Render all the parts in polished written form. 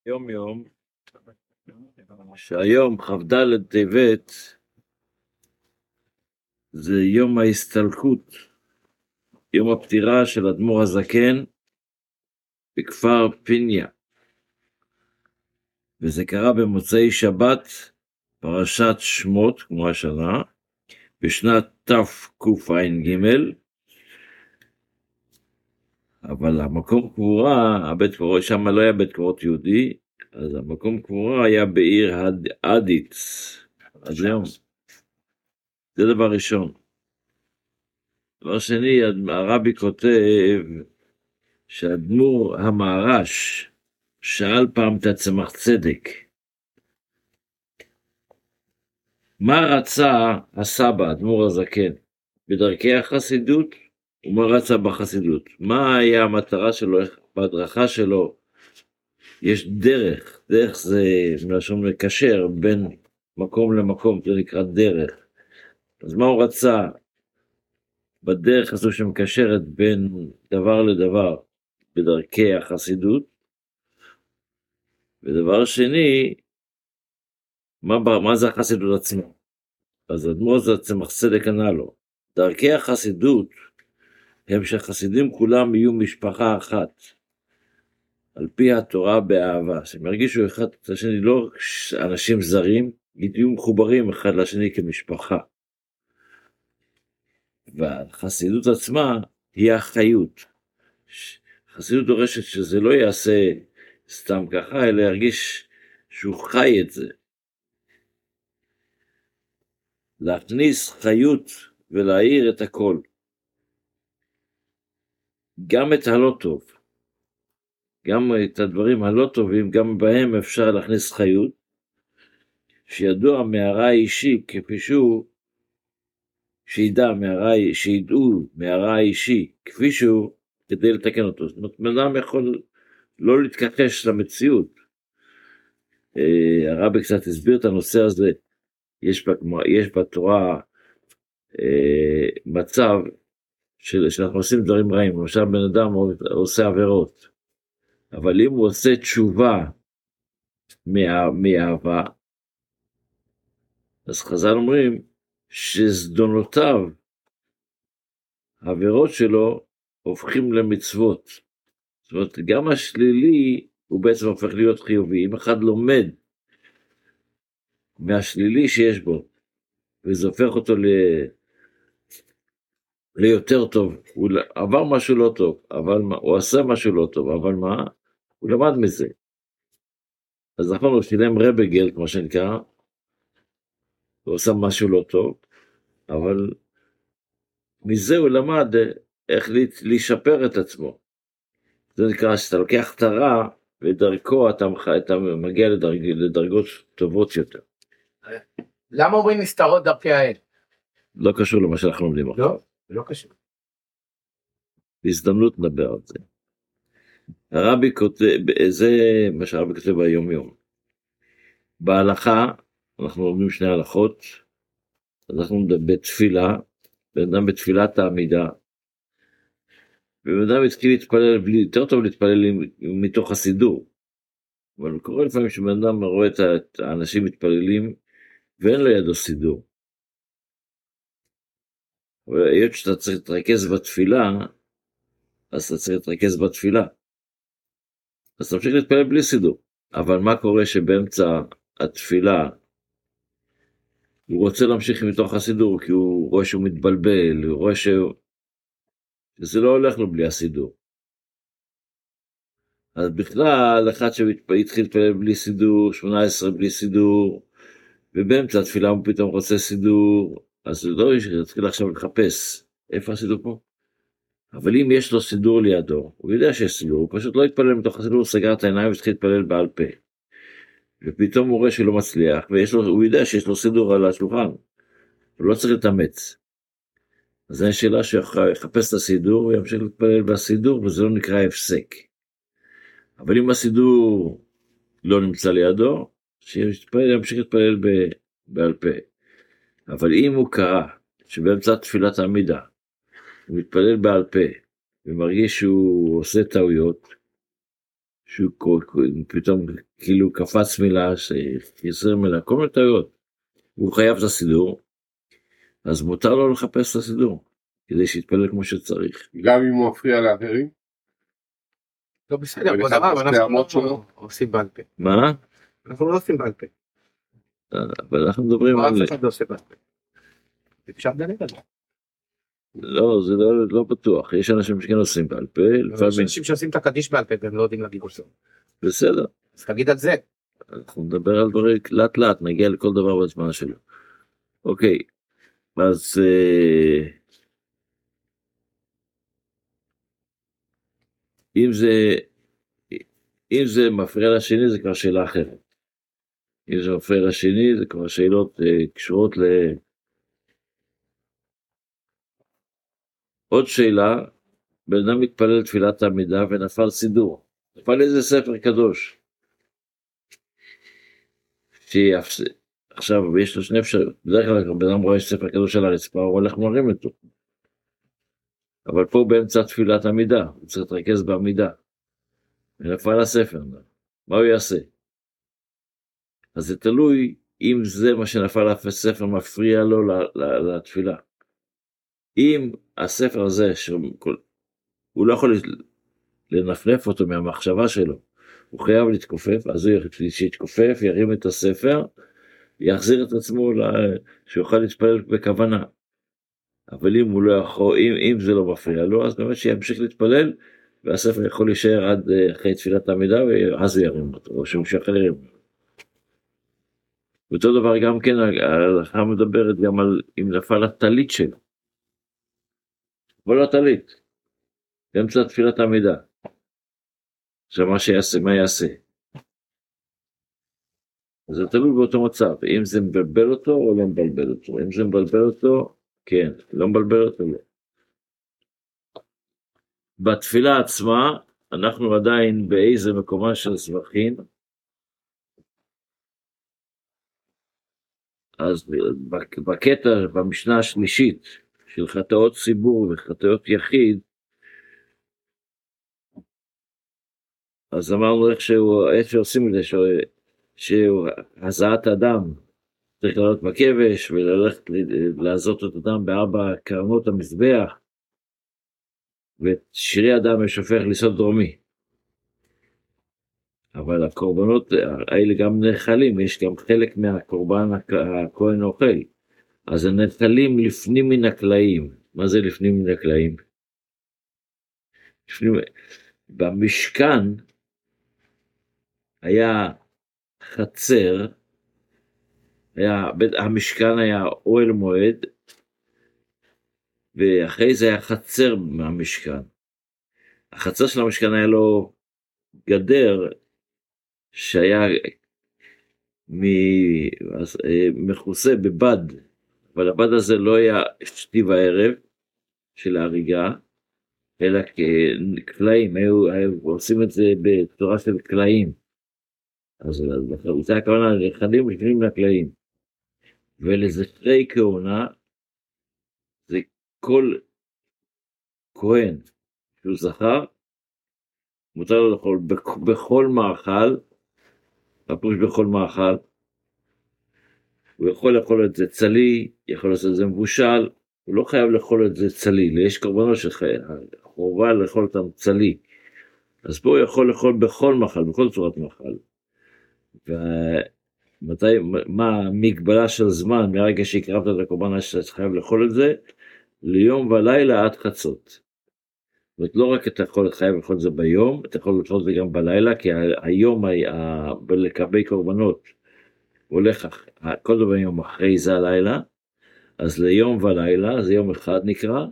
יום יום, שהיום כ"ד טבת זה יום ההסתלקות, יום הפטירה של אדמו"ר הזקן בכפר פיניה, וזה קרה במוצאי שבת פרשת שמות כמו השנה בשנת תקע"ג, אבל המקום קבורה, הבית קבורה שם לא היה בית קברות יהודי, אז המקום קבורה היה בעיר אדיץ. אז היום זה דבר ראשון. דבר שני, הרבי כותב שהאדמו"ר המהר"ש שאל פעם את הצמח צדק, מה רצה הסבא, אדמו"ר הזקן, בדרכי החסידות, ומה רצה בחסידות? מה היה המטרה שלו, בהדרכה שלו? יש דרך, דרך זה מלשון מקשר בין מקום למקום, זה נקרא דרך. אז מה הוא רצה בדרך הזו שמקשרת בין דבר לדבר בדרכי החסידות? ודבר שני, מה זה החסידות עצמה? אז אדמו"ר צמח צדק ענה לו, דרכי החסידות הם שהחסידים כולם יהיו משפחה אחת, על פי התורה באהבה, שהם ירגישו אחד את השני, לא אנשים זרים, יהיו מחוברים אחד לשני כמשפחה. והחסידות עצמה היא החיות. חסידות דורשת שזה לא יעשה סתם ככה, אלא ירגיש שהוא חי את זה. להכניס חיות ולהאיר את הכל. גם את הלא טוב. גם את הדברים הלא טובים, גם בהם אפשר להכניס חיות. שידוע מהרע האישי כפי שהוא, שידעו מהרע האישי כפי שהוא, כדי לתקן אותו. זאת אומרת, אדם יכול לא להתכחש למציאות. הרבי קצת הסביר את הנושא הזה. יש בתורה מצב שאנחנו עושים דברים רעים, למשל בן אדם עושה עבירות, אבל אם הוא עושה תשובה מאהבה, אז חז"ל אומרים שזדונותיו, העבירות שלו, הופכים למצוות. זאת אומרת, גם השלילי הוא בעצם הופך להיות חיובי. אם אחד לומד מהשלילי שיש בו, וזה הופך אותו ליותר טוב, הוא עבר משהו לא טוב, אבל מה? הוא עשה משהו לא טוב, אבל מה? הוא למד מזה. אז נכון, הוא שילם רבגל, כמו שנקרא, הוא עשה משהו לא טוב, אבל מזה הוא למד איך לשפר את עצמו. זה נקרא שאתה לוקח את הרע, ודרכו אתה מגיע לדרגות טובות יותר. למה אומרים נסתרות דרכי האל? לא קשור למה שאנחנו לומדים עכשיו. לא, זה לא קשור. בהזדמנות נדבר על זה. הרבי כותב, זה מה שהרבי כותב ביום יום. בהלכה, אנחנו לומדים שני הלכות, אנחנו בתפילה, בן אדם בתפילת העמידה, ובן אדם התחיל להתפלל, יותר טוב להתפלל מתוך הסידור, אבל קורה לפעמים שבן אדם רואה את האנשים מתפללים, ואין לו ידו סידור. אבל היות שאתה צריך להתרכז בתפילה, אז אתה צריך להתרכז בתפילה. אז תמשיך להתפלל בלי סידור. אבל מה קורה שבאמצע התפילה, הוא רוצה להמשיך מתוך הסידור, כי הוא רואה שהוא מתבלבל, הוא רואה שזה לא הולך לו בלי הסידור. אז בכלל, אחד שהתחיל להתפלל בלי סידור, 18 בלי סידור, ובאמצע התפילה הוא פתאום רוצה סידור, אז הוא לא יתחיל עכשיו לחפש, איפה הסידור פה? אבל אם יש לו סידור לידו, הוא יודע שיש סידור, הוא פשוט לא יתפלל מתוך הסידור, הוא סגר את העיניים והתחיל להתפלל בעל פה. ופתאום הוא רואה שהוא לא מצליח, והוא יודע שיש לו סידור על השולחן, הוא לא צריך להתאמץ. אז זו שאלה שיחפש את הסידור, וימשיך להתפלל בסידור, וזה לא נקרא הפסק. אבל אם הסידור לא נמצא לידו, שימשיך להתפלל בעל פה. אבל אם הוא קרא, שבאמצע תפילת העמידה, הוא מתפלל בעל פה, ומרגיש שהוא עושה טעויות, שהוא פתאום כאילו קפץ מילה, שחזר מילה, כל מיני טעויות. הוא חייב את הסידור, אז מותר לו לחפש את הסידור, כדי שיתפלל כמו שצריך. גם אם הוא מפריע לאחרים? לא בסדר, בוא נראה, אבל אנחנו לא עושים בעל פה. מה? אנחנו לא עושים בעל פה. אבל אנחנו מדברים על... אף אחד לא עושה בעל פה. אפשר לדלג על זה. לא, זה לא בטוח, יש אנשים שכן עושים בעל פה, יש אנשים שעושים את הקדיש בעל פה והם לא יודעים להגיד אותו. בסדר. אז תגיד על זה. אנחנו נדבר על דברים לאט לאט, נגיע לכל דבר בזמן שלו. אוקיי, אז אם זה מפריע לשני זה כבר שאלה אחרת. אם זה מפריע לשני זה כבר שאלות קשורות עוד שאלה, בן אדם מתפלל תפילת העמידה ונפל סידור. נפל איזה ספר קדוש. עכשיו יש לו שני אפשרויות. בדרך כלל בן אדם רואה ספר קדוש על הרצפה, הוא הולך מרים אותו. אבל פה באמצע תפילת עמידה, הוא צריך להתרכז בעמידה. ונפל הספר, מה הוא יעשה? אז זה תלוי אם זה מה שנפל הספר מפריע לו לתפילה. אם הספר הזה, הוא לא יכול לנפנף אותו מהמחשבה שלו, הוא חייב להתכופף, אז הוא שיתכופף, ירים את הספר, יחזיר את עצמו שיוכל להתפלל בכוונה. אבל אם הוא לא יכול, אם זה לא מפריע לו, אז באמת שימשיך להתפלל, והספר יכול להישאר עד אחרי תפילת העמידה, ואז הוא ירים אותו, או שהוא שחרר ירים אותו. ואותו דבר גם כן, ההלכה מדברת גם על אם נפל הטלית שלו. אבל לא הטלית, באמצע תפילת העמידה. עכשיו מה יעשה? אז זה תלוי באותו מצב, אם זה מבלבל אותו או לא מבלבל אותו. אם זה מבלבל אותו, כן, לא מבלבל אותו, לא. בתפילה עצמה, אנחנו עדיין באיזה מקומה של שבחין, אז בקטע, במשנה השלישית, של חטאות ציבור וחטאות יחיד, אז אמרנו איך שעושים את זה, שהוא הזעת אדם, צריך לעלות בכבש וללכת לעזות את אדם בארבע קרנות המזבח, ושירי אדם שופך ליסוד דרומי. אבל הקורבנות האלה גם נאכלים, יש גם חלק מהקורבן הכהן אוכל. אז הנאכלים לפנים מן הקלעים. מה זה לפנים מן הקלעים? במשכן היה חצר, המשכן היה אוהל מועד, ואחרי זה היה חצר מהמשכן. החצר של המשכן היה לו גדר שהיה מכוסה בבד, אבל הבד הזה לא היה שתי וערב של ההריגה, אלא כקלעים, היו עושים את זה בצורה של קלעים. אז זה הכוונה לחדים לפנים לקלעים. ולזכרי כהונה, זה כל כהן שהוא זכר, מותר לו לאכול בכל מאכל, הפרוש בכל מאכל, הוא יכול לאכול את זה צלי, יכול לעשות את זה מבושל, הוא לא חייב לאכול את זה צלי, יש קורבנות שחובה לאכול אותם צלי, אז פה הוא יכול לאכול בכל מאכל, בכל צורת מאכל. מה המגבלה של זמן, מהרגע שהקרבת את הקורבן שאתה חייב לאכול את זה, ליום ולילה עד חצות. זאת אומרת, לא רק אתה חייב לאכול את זה ביום, אתה יכול לאכול את זה גם בלילה, כי היום לקבי קורבנות, הולך כל דבר יום אחרי זה הלילה, אז ליום ולילה, זה יום אחד נקרא,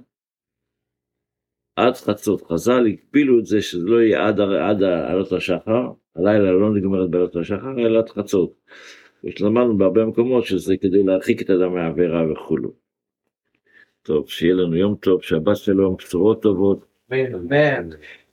עד חצות. חז"ל הקבילו את זה שזה לא יהיה עד עלות השחר, הלילה לא נגמרת בעלות השחר, אלא עד חצות. ושלמדנו בהרבה מקומות שזה כדי להרחיק את האדם מהעבירה וכולו. טוב, שיהיה לנו יום טוב, שבת שלום, בשורות טובות. אמן.